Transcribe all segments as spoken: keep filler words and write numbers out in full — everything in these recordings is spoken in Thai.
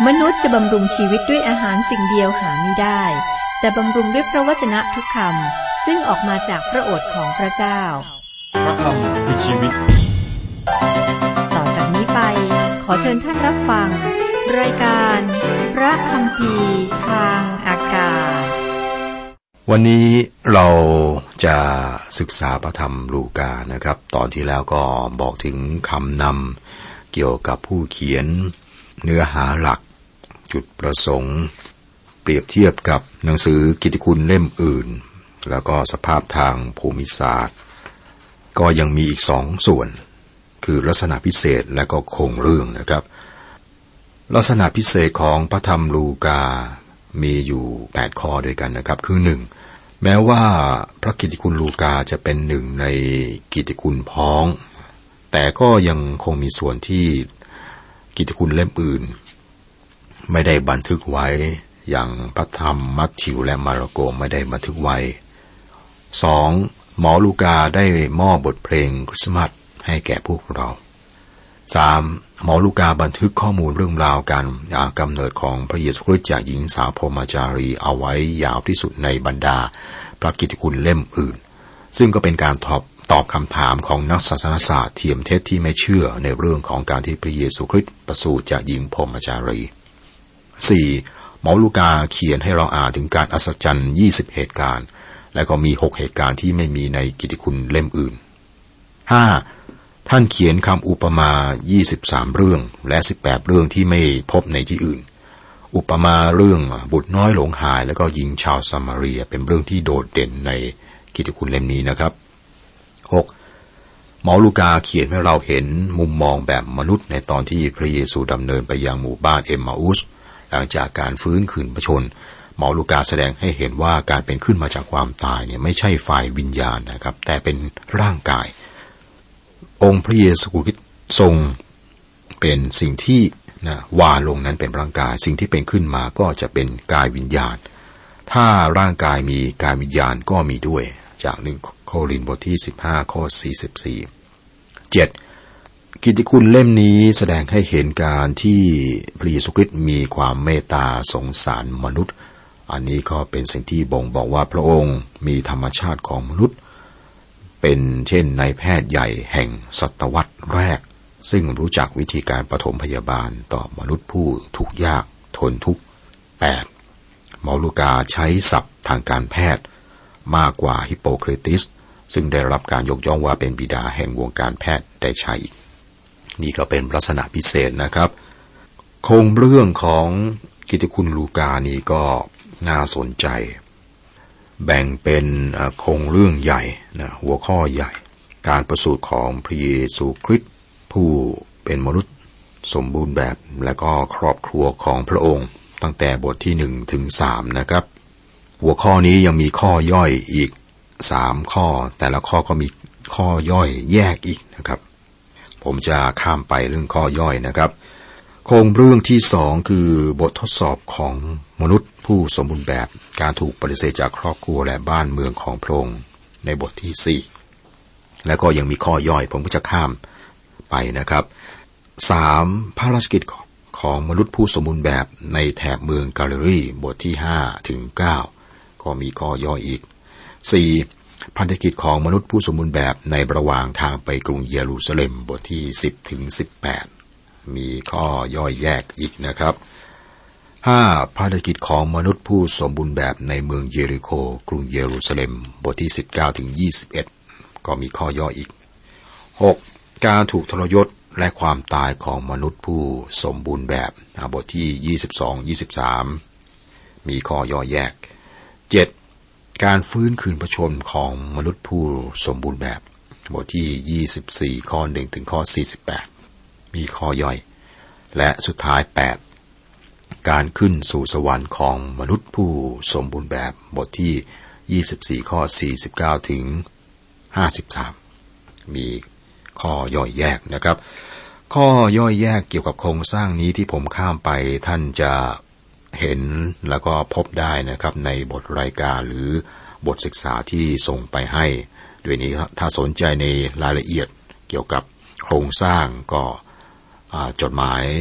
มนุษย์จะบำรุงชีวิตด้วยอาหารสิ่งเดียวหาไม่ได้แต่บำรุงด้วยพระวจนะทุกคำซึ่งออกมาจากพระโอษฐ์ของพระเจ้าพระคำคือชีวิตต่อจากนี้ไปขอเชิญท่านรับฟังรายการพระคัมภีร์ทางอากาศวันนี้เราจะศึกษาพระธรรมลูกานะครับตอนที่แล้วก็บอกถึงคำนำเกี่ยวกับผู้เขียนเนื้อหาหลักจุดประสงค์เปรียบเทียบกับหนังสือกิตติคุณเล่มอื่นแล้วก็สภาพทางภูมิศาสตร์ก็ยังมีอีกสองส่วนคือลักษณะพิเศษและก็โครงเรื่องนะครับลักษณะพิเศษของพระธรรมลูกามีอยู่แปดข้อด้วยกันนะครับคือหนึ่งแม้ว่าพระกิตติคุณลูกาจะเป็นหนึ่งในกิตติคุณพ้องแต่ก็ยังคงมีส่วนที่กิตติคุณเล่มอื่นไม่ได้บันทึกไว้อย่างพระธรรมมัทธิวและมาระโกไม่ได้บันทึกไว้สองหมอลูกาได้มอบบทเพลงคริสต์มาสให้แก่พวกเราสามหมอลูกาบันทึกข้อมูลเรื่องราวการกำเนิดของพระเยซูคริสต์จากหญิงสาวพรหมจารีเอาไว้ยาวที่สุดในบรรดาพระกิตติคุณเล่มอื่นซึ่งก็เป็นการตอบตอบคำถามของนักศาสนศาสตร์เทียมเท็จที่ไม่เชื่อในเรื่องของการที่พระเยซูคริสต์ประสูติจากหญิงพรหมจารีสี่หมอลูกาเขียนให้เราอ่านถึงการอัศจรรย์ยี่สิบเหตุการณ์และก็มีหกเหตุการณ์ที่ไม่มีในกิตติคุณเล่มอื่นห้าท่านเขียนคำอุปมายี่สิบสามเรื่องและสิบแปดเรื่องที่ไม่พบในที่อื่นอุปมาเรื่องบุตรน้อยหลงหายแล้วก็หญิงชาวซามาเรียเป็นเรื่องที่โดดเด่นในกิตติคุณเล่มนี้นะครับหกหมอลูกาเขียนให้เราเห็นมุมมองแบบมนุษย์ในตอนที่พระเยซูดำเนินไปยังหมู่บ้านเอมมาอุสหลังจากการฟื้นคืนพระชนหมอลูกาแสดงให้เห็นว่าการเป็นขึ้นมาจากความตายเนี่ยไม่ใช่ฝ่ายวิญญาณนะครับแต่เป็นร่างกายองค์พระเยซูคริสต์ทรงเป็นสิ่งที่นะวาลงนั้นเป็นร่างกายสิ่งที่เป็นขึ้นมาก็จะเป็นกายวิญญาณถ้าร่างกายมีกายวิญญาณก็มีด้วยจากหนึ่งโครินธ์บทที่สิบห้าข้อสี่สิบสี่ เจ็ดกิตติคุณเล่มนี้แสดงให้เห็นการที่พระเยซูคริสต์มีความเมตตาสงสารมนุษย์อันนี้ก็เป็นสิ่งที่บ่งบอกว่าพระองค์มีธรรมชาติของมนุษย์เป็นเช่นนายแพทย์ใหญ่แห่งศตวรรษแรกซึ่งรู้จักวิธีการปฐมพยาบาลต่อมนุษย์ผู้ทุกข์ยากทนทุกข์ แปดหมอลูกาใช้ศัพท์ทางการแพทย์มากกว่าฮิปโปเครติสซึ่งได้รับการยกย่องว่าเป็นบิดาแห่งวงการแพทย์ได้ใช้นี่ก็เป็นลักษณะพิเศษนะครับโครงเรื่องของกิตติคุณลูกานี่ก็น่าสนใจแบ่งเป็นโครงเรื่องใหญ่นะหัวข้อใหญ่การประสูติของพระเยซูคริสต์ผู้เป็นมนุษย์สมบูรณ์แบบและก็ครอบครัวของพระองค์ตั้งแต่บทที่หนึ่งถึงสามนะครับหัวข้อนี้ยังมีข้อย่อยอีกสามข้อแต่ละข้อก็มีข้อย่อยแยกอีกนะครับผมจะข้ามไปเรื่องข้อย่อยนะครับโครงเรื่องที่สองคือบททดสอบของมนุษย์ผู้สมบูรณ์แบบการถูกปฏิเสธจากครอบครัวและบ้านเมืองของพระองค์ในบทที่สี่แล้วก็ยังมีข้อย่อยผมก็จะข้ามไปนะครับสามภารกิจของมนุษย์ผู้สมบูรณ์แบบในแถบเมืองกาลิลีบทที่ห้าถึงเก้าก็มีข้อย่อยอีกสี่พันธกิจของมนุษย์ผู้สมบูรณ์แบบในระหว่างทางไปกรุงเยรูซาเล็มบทที่สิบถึงสิบแปดมีข้อย่อยแยกอีกนะครับห้าภารกิจของมนุษย์ผู้สมบูรณ์แบบในเมืองเยริโคกรุงเยรูซาเล็มบทที่สิบเก้าถึงยี่สิบเอ็ดก็มีข้อย่อยอีกหกการถูกทรยศและความตายของมนุษย์ผู้สมบูรณ์แบบบทที่ยี่สิบสอง ยี่สิบสามมีข้อย่อยแยกเจ็ดการฟื้นคืนพระชนของมนุษย์ผู้สมบูรณ์แบบบทที่ยี่สิบสี่ข้อหนึ่งถึงข้อสี่สิบแปดมีข้อย่อยและสุดท้ายแปดการขึ้นสู่สวรรค์ของมนุษย์ผู้สมบูรณ์แบบบทที่ยี่สิบสี่ข้อสี่สิบเก้าถึงห้าสิบสามมีข้อย่อยแยกนะครับข้อย่อยแยกเกี่ยวกับโครงสร้างนี้ที่ผมข้ามไปท่านจะเห็นแล้วก็พบได้นะครับในบทรายการหรือบทศึกษาที่ส่งไปให้ด้วยนี้ถ้าสนใจในรายละเอียดเกี่ยวกับโครงสร้างก็จดหมาย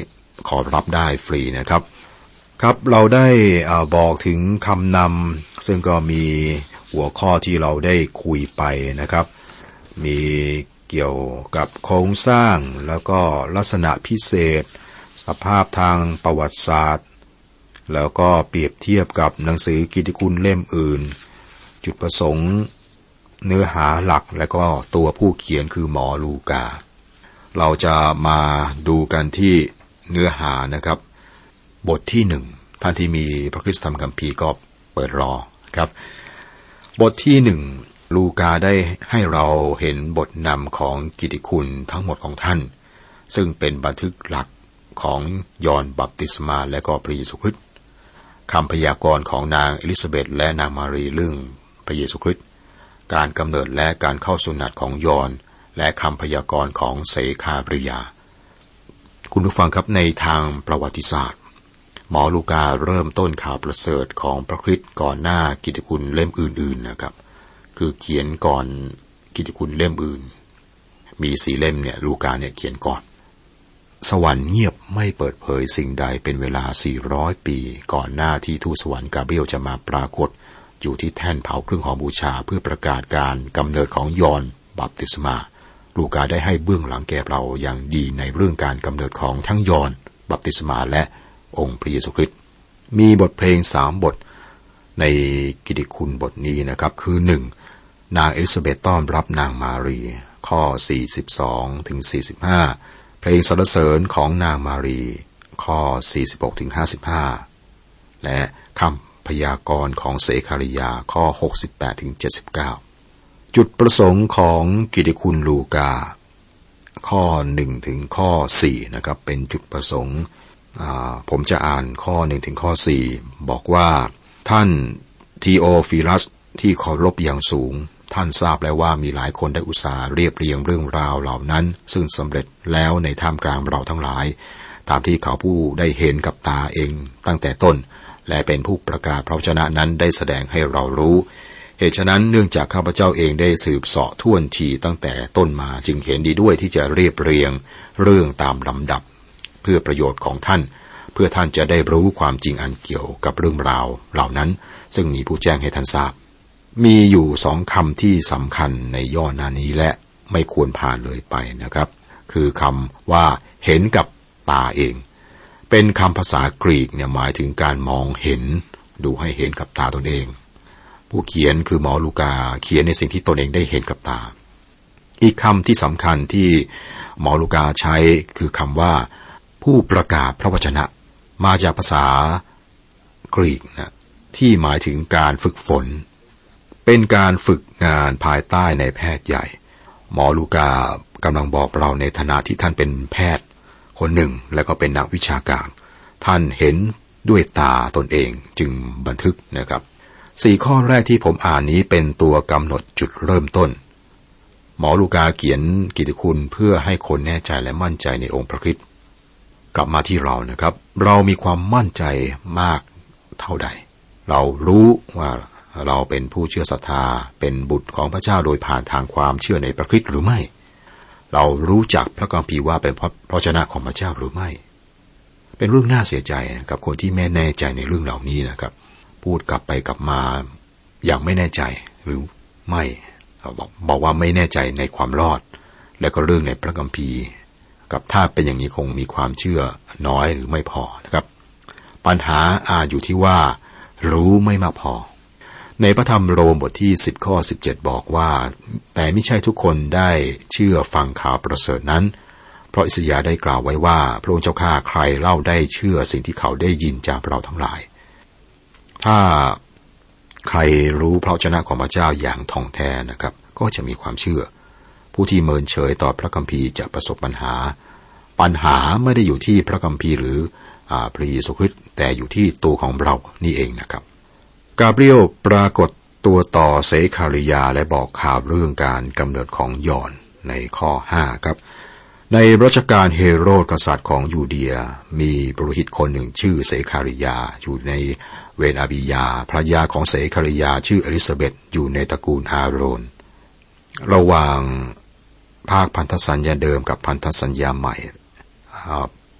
ขอรับได้ฟรีนะครับครับเราได้บอกถึงคำนำซึ่งก็มีหัวข้อที่เราได้คุยไปนะครับมีเกี่ยวกับโครงสร้างแล้วก็ลักษณะพิเศษสภาพทางประวัติศาสตร์แล้วก็เปรียบเทียบกับหนังสือกิตติคุณเล่มอื่นจุดประสงค์เนื้อหาหลักและก็ตัวผู้เขียนคือหมอลูกาเราจะมาดูกันที่เนื้อหานะครับบทที่หนึ่งท่านที่มีพระคริสตธรรมคัมภีร์ก็เปิดรอครับบทที่หนึ่งลูกาได้ให้เราเห็นบทนำของกิตติคุณทั้งหมดของท่านซึ่งเป็นบันทึกหลักของยอห์นบัพติศมาและก็พระเยซูคริสต์คำพยากรณ์ของนางเอลิซาเบธและนางมารีเรื่องพระเยซูคริสต์การกำเนิดและการเข้าสุนัตของยอห์นและคำพยากรณ์ของเสคาริยาคุณผู้ฟังครับในทางประวัติศาสตร์หมอลูกาเริ่มต้นข่าวประเสริฐของพระคริสต์ก่อนหน้ากิตติคุณเล่มอื่นๆนะครับคือเขียนก่อนกิตติคุณเล่มอื่นมีสี่เล่มเนี่ยลูกาเนี่ยเขียนก่อนสวรรค์เงียบไม่เปิดเผยสิ่งใดเป็นเวลาสี่ร้อยปีก่อนหน้าที่ทูตสวรรค์กาเบรียลจะมาปรากฏอยู่ที่แท่นเผาเครื่องหอมบูชาเพื่อประกาศการกำเนิดของยอห์นบัพติศมาลูกาได้ให้เบื้องหลังแก่เราอย่างดีในเรื่องการกำเนิดของทั้งยอห์นบัพติศมาและองค์พระเยซูคริสต์มีบทเพลงสามบทในกิตติคุณบทนี้นะครับคือหนึ่งนางเอลิซาเบธต้อนรับนางมารีข้อสี่สิบสองถึงสี่สิบห้าเพลงสรรเสริญของนางมารีข้อสี่สิบหกถึงห้าสิบห้าและคำพยากรณ์ของเสคาริยาข้อหกสิบแปดถึงเจ็ดสิบเก้าจุดประสงค์ของกิตติคุณลูกาข้อหนึ่งถึงข้อสี่นะครับเป็นจุดประสงค์ผมจะอ่านข้อหนึ่งถึงข้อสี่บอกว่าท่านทีโอฟิลัสที่เคารพอย่างสูงท่านทราบแล้วว่ามีหลายคนได้อุตส่าห์เรียบเรียงเรื่องราวเหล่านั้นซึ่งสำเร็จแล้วในท่ามกลางเราทั้งหลายตามที่เขาผู้ได้เห็นกับตาเองตั้งแต่ต้นและเป็นผู้ประกาศพระวจนะนั้นได้แสดงให้เรารู้เหตุฉะนั้นเนื่องจากข้าพเจ้าเองได้สืบเสาะท่วนทีตั้งแต่ต้นมาจึงเห็นดีด้วยที่จะเรียบเรียงเรื่องตามลำดับเพื่อประโยชน์ของท่านเพื่อท่านจะได้รู้ความจริงอันเกี่ยวกับเรื่องราวเหล่านั้นซึ่งมีผู้แจ้งให้ท่านทราบมีอยู่สองคำที่สำคัญในย่อหน้านี้และไม่ควรผ่านเลยไปนะครับคือคำว่าเห็นกับตาเองเป็นคำภาษากรีกเนี่ยหมายถึงการมองเห็นดูให้เห็นกับตาตนเองผู้เขียนคือหมอลูกาเขียนในสิ่งที่ตนเองได้เห็นกับตาอีกคำที่สำคัญที่หมอลูกาใช้คือคำว่าผู้ประกาศพระวจนะมาจากภาษากรีกนะที่หมายถึงการฝึกฝนเป็นการฝึกงานภายใต้ในแพทย์ใหญ่หมอลูกากำลังบอกเราในฐานะที่ท่านเป็นแพทย์คนหนึ่งและก็เป็นนักวิชาการท่านเห็นด้วยตาตนเองจึงบันทึกนะครับสี่ข้อแรกที่ผมอ่านนี้เป็นตัวกำหนดจุดเริ่มต้นหมอลูกาเขียนกิตติคุณเพื่อให้คนแน่ใจและมั่นใจในองค์พระคริสต์กลับมาที่เรานะครับเรามีความมั่นใจมากเท่าใดเรารู้ว่าเราเป็นผู้เชื่อศรัทธาเป็นบุตรของพระเจ้าโดยผ่านทางความเชื่อในพระคริสต์หรือไม่เรารู้จักพระคัมภีร์ว่าเป็นพระวจนะของพระเจ้าหรือไม่เป็นเรื่องน่าเสียใจกับคนที่ไม่แน่ใจในเรื่องเหล่านี้นะครับพูดกลับไปกลับมาอย่างไม่แน่ใจหรือไม่บอกบอกว่าไม่แน่ใจในความรอดและก็เรื่องในพระคัมภีร์กับถ้าเป็นอย่างนี้คงมีความเชื่อน้อยหรือไม่พอนะครับปัญหาอาจอยู่ที่ว่ารู้ไม่มากพอในพระธรรมโรมบทที่สิบข้อสิบเจ็ดบอกว่าแต่ไม่ใช่ทุกคนได้เชื่อฟังข่าวประเสริฐนั้นเพราะอิสยาห์ได้กล่าวไว้ว่าพระองค์เจ้าข้าใครเล่าได้เชื่อสิ่งที่เขาได้ยินจากเราทั้งหลายถ้าใครรู้พระวจนะของพระเจ้าอย่างท่องแท้นะครับก็จะมีความเชื่อผู้ที่เมินเฉยต่อพระคัมภีร์จะประสบปัญหาปัญหาไม่ได้อยู่ที่พระคัมภีร์หรือพระเยซูคริสต์แต่อยู่ที่ตัวของเรานี่เองนะครับกาเบรียลปรากฏตัวต่อเสคาริยาและบอกข่าวเรื่องการกำเนิดของยอห์นในข้อห้าครับในรัชกาลเฮโรดกษัตริย์ของยูเดียมีปุโรหิตคนหนึ่งชื่อเสคาริยาอยู่ในเวนอาบิยาภรรยาของเสคาริยาชื่อเอลิซาเบธอยู่ในตระกูลอาโรนระหว่างภาคพันธสัญญาเดิมกับพันธสัญญาใหม่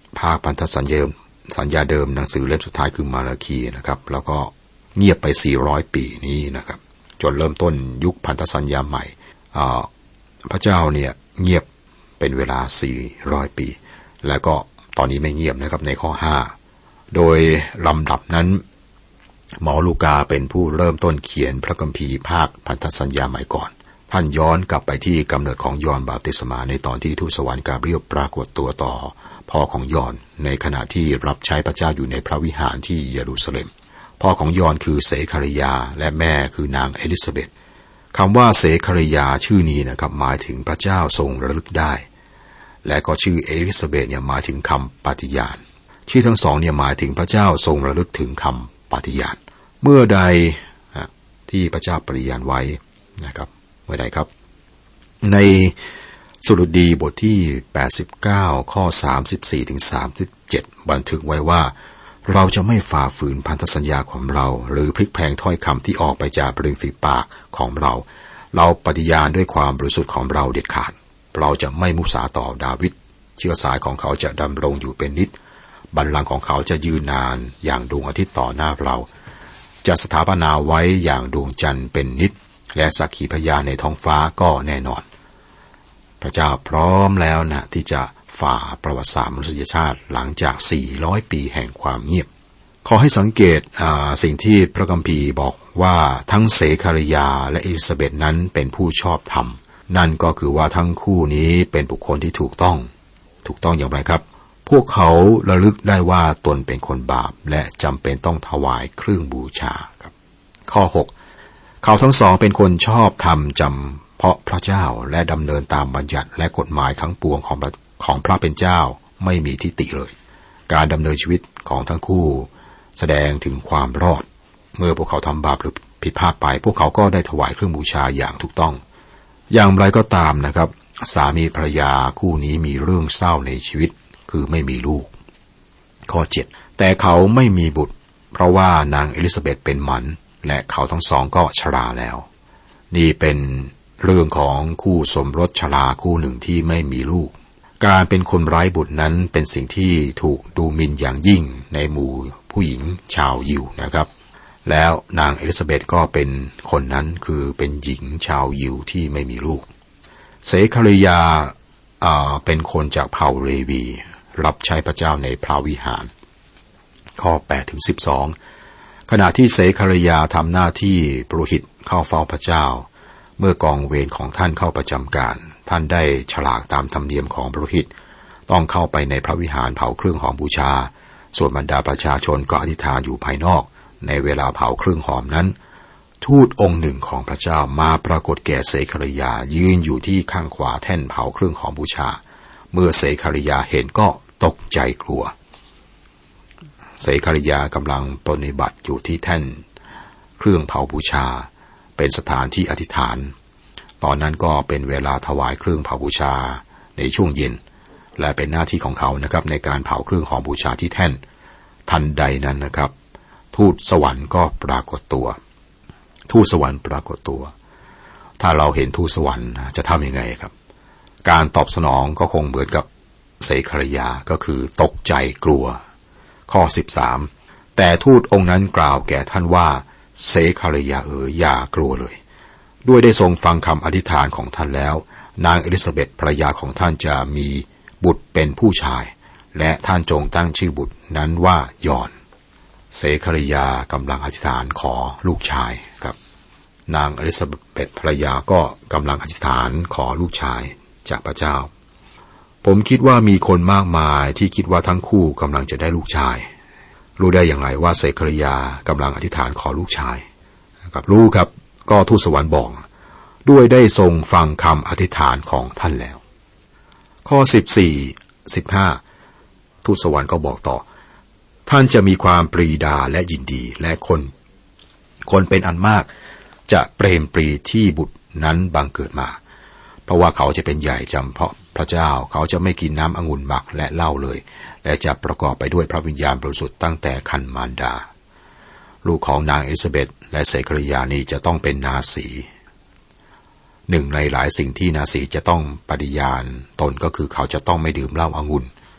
ภาคพันธสัญญาสัญญาเดิมหนังสือเล่มสุดท้ายคือมาราคีนะครับแล้วก็เงียบไปสี่ร้อยปีนี้นะครับจนเริ่มต้นยุคพันธสัญญาใหม่พระเจ้าเนี่ยเงียบเป็นเวลาสี่ร้อยปีแล้วก็ตอนนี้ไม่เงียบนะครับในข้อห้าโดยลำดับนั้นหมอลูกาเป็นผู้เริ่มต้นเขียนพระคัมภีร์ภาคพันธสัญญาใหม่ก่อนท่านย้อนกลับไปที่กำเนิดของยอห์นบาปติศมาในตอนที่ทูตสวรรค์กาเบรียลปรากฏตัวต่อพ่อของยอห์นในขณะที่รับใช้พระเจ้าอยู่ในพระวิหารที่เยรูซาเล็มพ่อของยอห์นคือเสคาริยาและแม่คือนางเอลิซาเบธคำว่าเสคาริยาชื่อนี้นะครับหมายถึงพระเจ้าทรงระลึกได้และก็ชื่อเอลิซาเบธเนี่ยหมายถึงคำปฏิญาณชื่อทั้งสองเนี่ยหมายถึงพระเจ้าทรงระลึกถึงคำปฏิญาณเมื่อใดที่พระเจ้าปฏิญาณไว้นะครับเมื่อใดครับในสดุดีบทที่แปดสิบเก้าข้อสามสิบสี่ถึงสามสิบเจ็ดบันทึกไว้ว่าเราจะไม่ฝ่าฝืนพันธสัญญาของเราหรือพลิกแพลงถ้อยคำที่ออกไปจากริมฝีปากของเราเราปฏิญาณด้วยความบริสุทธิ์ของเราเด็ดขาดเราจะไม่มุสาต่อดาวิดเชื้อสายของเขาจะดำรงอยู่เป็นนิจบัลลังก์ของเขาจะยืนนานอย่างดวงอาทิตย์ต่อหน้าเราจะสถาปนาไว้อย่างดวงจันทร์เป็นนิจและสักขีพยานในท้องฟ้าก็แน่นอนพระเจ้าพร้อมแล้วนะที่จะฝ่าประวัติศาสตร์มนุษยชาติหลังจากสี่ร้อยปีแห่งความเงียบขอให้สังเกตสิ่งที่พระคัมภีร์บอกว่าทั้งเสคาริยาและเอลิซาเบธนั้นเป็นผู้ชอบธรรมนั่นก็คือว่าทั้งคู่นี้เป็นบุคคลที่ถูกต้องถูกต้องอย่างไรครับพวกเขาระลึกได้ว่าตนเป็นคนบาปและจำเป็นต้องถวายเครื่องบูชาครับข้อหกเขาทั้งสองเป็นคนชอบธรรมจำเพราะพระเจ้าและดำเนินตามบัญญัติและกฎหมายทั้งปวงของของพระเป็นเจ้าไม่มีทิฏฐิเลยการดำเนินชีวิตของทั้งคู่แสดงถึงความรอดเมื่อพวกเขาทำบาปหรือผิดพลาดไปพวกเขาก็ได้ถวายเครื่องบูชาอย่างถูกต้องอย่างไรก็ตามนะครับสามีภรรยาคู่นี้มีเรื่องเศร้าในชีวิตคือไม่มีลูกข้อเจ็ดแต่เขาไม่มีบุตรเพราะว่านางเอลิซาเบธเป็นหมันและเขาทั้งสองก็ชราแล้วนี่เป็นเรื่องของคู่สมรสชราคู่หนึ่งที่ไม่มีลูกการเป็นคนไร้บุตรนั้นเป็นสิ่งที่ถูกดูหมิ่นอย่างยิ่งในหมู่ผู้หญิงชาวยิวนะครับแล้วนางเอลิซาเบธก็เป็นคนนั้นคือเป็นหญิงชาวยิวที่ไม่มีลูกเสคาริยาเป็นคนจากเผ่าเลวีรับใช้พระเจ้าในพระวิหารข้อแปดถึงสิบสองขณะที่เสคาริยาทำหน้าที่ปุโรหิตเข้าเฝ้าพระเจ้าเมื่อกองเวรของท่านเข้าประจำการท่านได้ฉลากตามธรรมเนียมของปุโรหิตต้องเข้าไปในพระวิหารเผาเครื่องหอมบูชาส่วนบรรดาประชาชนก็อธิษฐานอยู่ภายนอกในเวลาเผาเครื่องหอมนั้นทูตองค์หนึ่งของพระเจ้ามาปรากฏแก่เสคาริยายืนอยู่ที่ข้างขวาแท่นเผาเครื่องหอมบูชาเมื่อเสคาริยาเห็นก็ตกใจกลัวเสคาริยากำลังปรนนิบัติอยู่ที่แท่นเครื่องเผาบูชาเป็นสถานที่อธิษฐานตอนนั้นก็เป็นเวลาถวายเครื่องเผาบูชาในช่วงเย็นและเป็นหน้าที่ของเขานะครับในการเผาเครื่องหอมบูชาที่แท่นทันใดนั้นนะครับทูตสวรรค์ก็ปรากฏตัวทูตสวรรค์ปรากฏตัวถ้าเราเห็นทูตสวรรค์จะทำยังไงครับการตอบสนองก็คงเหมือนกับเสคาริยาก็คือตกใจกลัวข้อสิบสามแต่ทูตองค์นั้นกล่าวแก่ท่านว่าเสคาริยาเอ๋ยอย่ากลัวเลยด้วยได้ทรงฟังคำอธิษฐานของท่านแล้วนางเอลิซาเบธภรรยาของท่านจะมีบุตรเป็นผู้ชายและท่านจงตั้งชื่อบุตรนั้นว่ายอห์นเสคาริยากำลังอธิษฐานขอลูกชายครับนางเอลิซาเบธภรรยาก็กำลังอธิษฐานขอลูกชายจากพระเจ้าผมคิดว่ามีคนมากมายที่คิดว่าทั้งคู่กำลังจะได้ลูกชายรู้ได้อย่างไรว่าเสคาริยากำลังอธิษฐานขอลูกชายครับรู้ครับก็ทูตสวรรค์บอกด้วยได้ทรงฟังคำอธิษฐานของท่านแล้วข้อสิบสี่ สิบห้าทูตสวรรค์ก็บอกต่อท่านจะมีความปรีดาและยินดีและคนคนเป็นอันมากจะเปรมปรีที่บุตรนั้นบังเกิดมาเพราะว่าเขาจะเป็นใหญ่จำเพาะพระเจ้าเขาจะไม่กินน้ำองุ่นหมักและเหล้าเลยและจะประกอบไปด้วยพระวิญญาณบริสุทธิ์ตั้งแต่ครรภ์มารดาลูกของนางเอลิซาเบธและเสคาริยานี้จะต้องเป็นนาสีหนึ่งในหลายสิ่งที่นาสีจะต้องปฏิญาณตนก็คือเขาจะต้องไม่ดื่มเหล้าองุ่น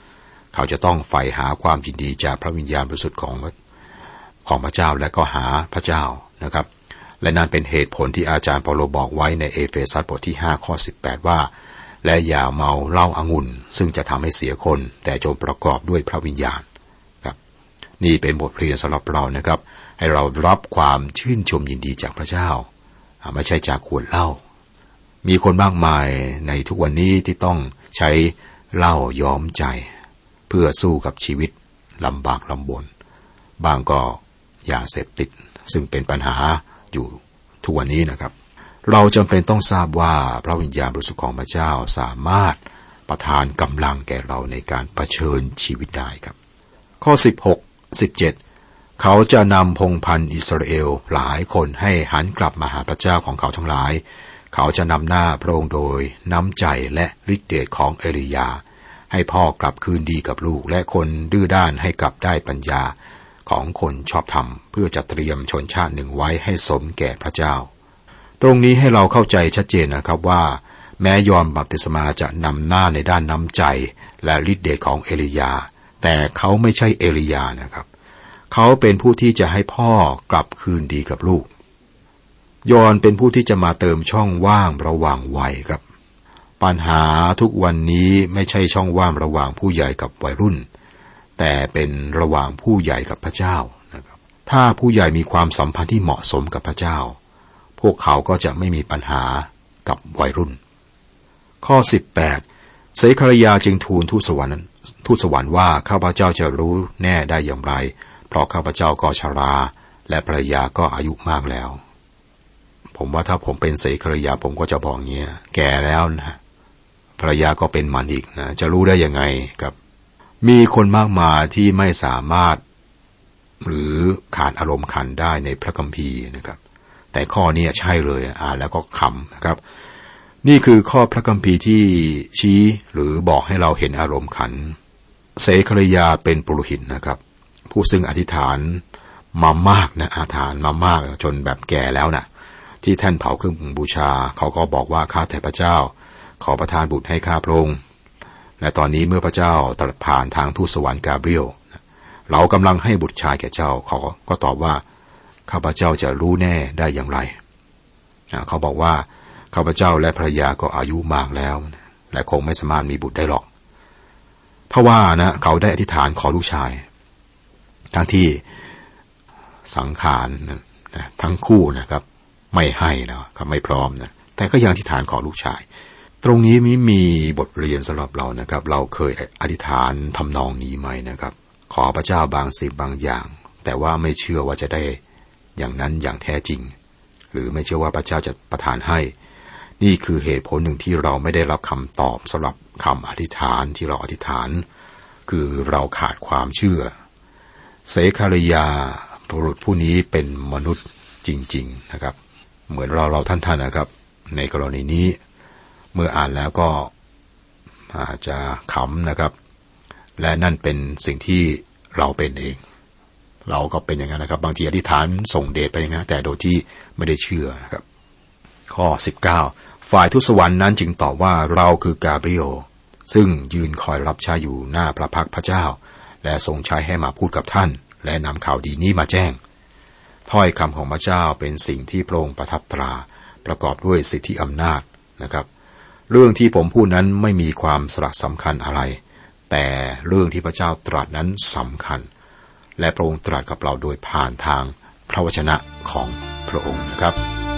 เขาจะต้องใฝ่หาความยินดีจากพระวิญญาณบริสุทธิ์ของของพระเจ้าและก็หาพระเจ้านะครับและนั่นเป็นเหตุผลที่อาจารย์เปาโลบอกไว้ในเอเฟซัสบทที่ห้าข้อสิบแปดว่าและอย่าเมาเหล้าองุ่นซึ่งจะทำให้เสียคนแต่จงประกอบด้วยพระวิญญาณครับนี่เป็นบทเรียนสำหรับเรานะครับให้เรารับความชื่นชมยินดีจากพระเจ้าไม่ใช่จากขวดเหล้ามีคนมากมายในทุกวันนี้ที่ต้องใช้เหล้าย้อมใจเพื่อสู้กับชีวิตลำบากลำบนบางก็ยาเสพติดซึ่งเป็นปัญหาอยู่ทุกวันนี้นะครับเราจำเป็นต้องทราบว่าพระวิญญาณบริสุทธิ์ของพระเจ้าสามารถประทานกำลังแก่เราในการเผชิญชีวิตได้ครับข้อสิบหก สิบเจ็ดเขาจะนำพงศ์พันธุ์อิสราเอลหลายคนให้หันกลับมาหาพระเจ้าของเขาทั้งหลายเขาจะนำหน้าพระองค์โดยน้ำใจและฤทธิเดชของเอลียาให้พ่อกลับคืนดีกับลูกและคนดื้อด้านให้กลับได้ปัญญาของคนชอบธรรมเพื่อจะเตรียมชนชาติหนึ่งไว้ให้สมแก่พระเจ้าตรงนี้ให้เราเข้าใจชัดเจนนะครับว่าแม้ยอห์นบัพติศมาจะนำหน้าในด้านน้ำใจและฤทธิเดชของเอลียาแต่เขาไม่ใช่เอลียานะครับเขาเป็นผู้ที่จะให้พ่อกลับคืนดีกับลูกยอห์นเป็นผู้ที่จะมาเติมช่องว่างระหว่างวัยครับปัญหาทุกวันนี้ไม่ใช่ช่องว่างระหว่างผู้ใหญ่กับวัยรุ่นแต่เป็นระหว่างผู้ใหญ่กับพระเจ้านะครับถ้าผู้ใหญ่มีความสัมพันธ์ที่เหมาะสมกับพระเจ้าพวกเขาก็จะไม่มีปัญหากับวัยรุ่นข้อสิบแปดเสคารยาจึงทูลทูตสวรรค์ทูตสวรรค์ว่าข้าพเจ้าจะรู้แน่ได้อย่างไรเพราะข้าพเจ้าก็ชราและภรรยาก็อายุมากแล้วผมว่าถ้าผมเป็นเสคารยาผมก็จะบอกเงี้ยแก่แล้วนะภรรยาก็เป็นมันอีกนะจะรู้ได้ยังไงครับมีคนมากมายที่ไม่สามารถหรือขาดอารมณ์ขันได้ในพระคัมภีร์นะครับแต่ข้อนี้ใช่เลยอ่านแล้วก็ขำนะครับนี่คือข้อพระคัมภีร์ที่ชี้หรือบอกให้เราเห็นอารมณ์ขันเสคารยาเป็นปุโรหิตนะครับผู้ซึ่งอธิษฐานมามากนะอาถานมามากจนแบบแก่แล้วนะที่แท่นเผาเครื่องบูชาเขาก็บอกว่าข้าแต่พระเจ้าขอประทานบุตรให้ข้าพระองค์และตอนนี้เมื่อพระเจ้าตรัสผ่านทางทูตสวรรค์กาเบรียลเรากำลังให้บุตรชายแก่เจ้าเขาก็ตอบว่าข้าพเจ้าจะรู้แน่ได้อย่างไรเขาบอกว่าข้าพเจ้าและภรรยาก็อายุมากแล้วและคงไม่สามารถมีบุตรได้หรอกเพราะว่านะเขาได้อธิษฐานขอลูกชายทั้งที่สังขารนะทั้งคู่นะครับไม่ให้นะครับไม่พร้อมนะแต่ก็ยังอธิษฐานขอลูกชายตรงนี้มีมีบทเรียนสำหรับเรานะครับเราเคยอธิษฐานทำนองนี้ไหมนะครับขอพระเจ้าบางสิ่งบางอย่างแต่ว่าไม่เชื่อว่าจะได้อย่างนั้นอย่างแท้จริงหรือไม่เชื่อว่าพระเจ้าจะประทานให้นี่คือเหตุผลหนึ่งที่เราไม่ได้รับคำตอบสำหรับคำอธิษฐานที่เราอธิษฐานคือเราขาดความเชื่อเสคารยาบุรุษผู้นี้เป็นมนุษย์จริงๆนะครับเหมือนเราเราท่านๆนะครับในกรณีนี้เมื่ออ่านแล้วก็อาจจะขำนะครับและนั่นเป็นสิ่งที่เราเป็นเองเราก็เป็นอย่างนั้นนะครับบางทีอธิษฐานส่งเดชไปอย่างนั้นแต่โดยที่ไม่ได้เชื่อนะครับข้อสิบเก้าฝ่ายทูตสวรรค์นั้นจึงตอบว่าเราคือกาเบรียลซึ่งยืนคอยรับใช้อยู่หน้าพระพักพระเจ้าและทรงใช้ให้มาพูดกับท่านและนำข่าวดีนี้มาแจ้งถ้อยคำของพระเจ้าเป็นสิ่งที่พระองค์ประทับตราประกอบด้วยสิทธิอำนาจนะครับเรื่องที่ผมพูดนั้นไม่มีความสำคัญอะไรแต่เรื่องที่พระเจ้าตรัสนั้นสำคัญและพระองค์ตรัสกับเราโดยผ่านทางพระวจนะของพระองค์นะครับ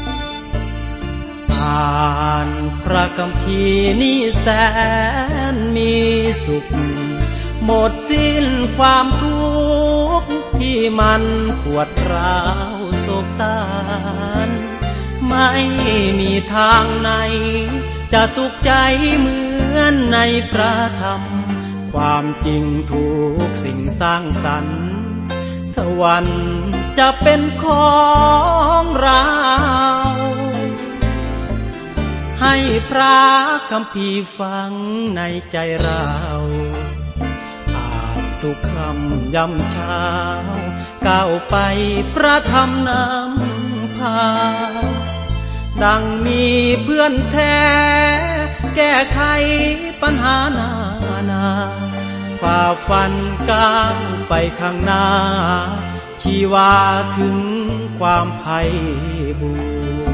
อ่านพระคัมภีร์นี้แสนมีสุขหมดสิ้นความทุกข์ที่มันปวดร้าวโศกสารไม่มีทางไหนจะสุขใจเหมือนในพระธรรมความจริงทุกสิ่งสร้างสรรค์สวรรค์จะเป็นของเราให้พระคัมภีร์ฟังในใจเราอ่านทุกคำย่ำเช้าก้าวไปพระธรรมนำพาดังมีเพื่อนแท้แก้ไขปัญหานานาฝฝ่าฟันก้าวไปข้างหน้าชีวาถึงความไพ่บูรณ์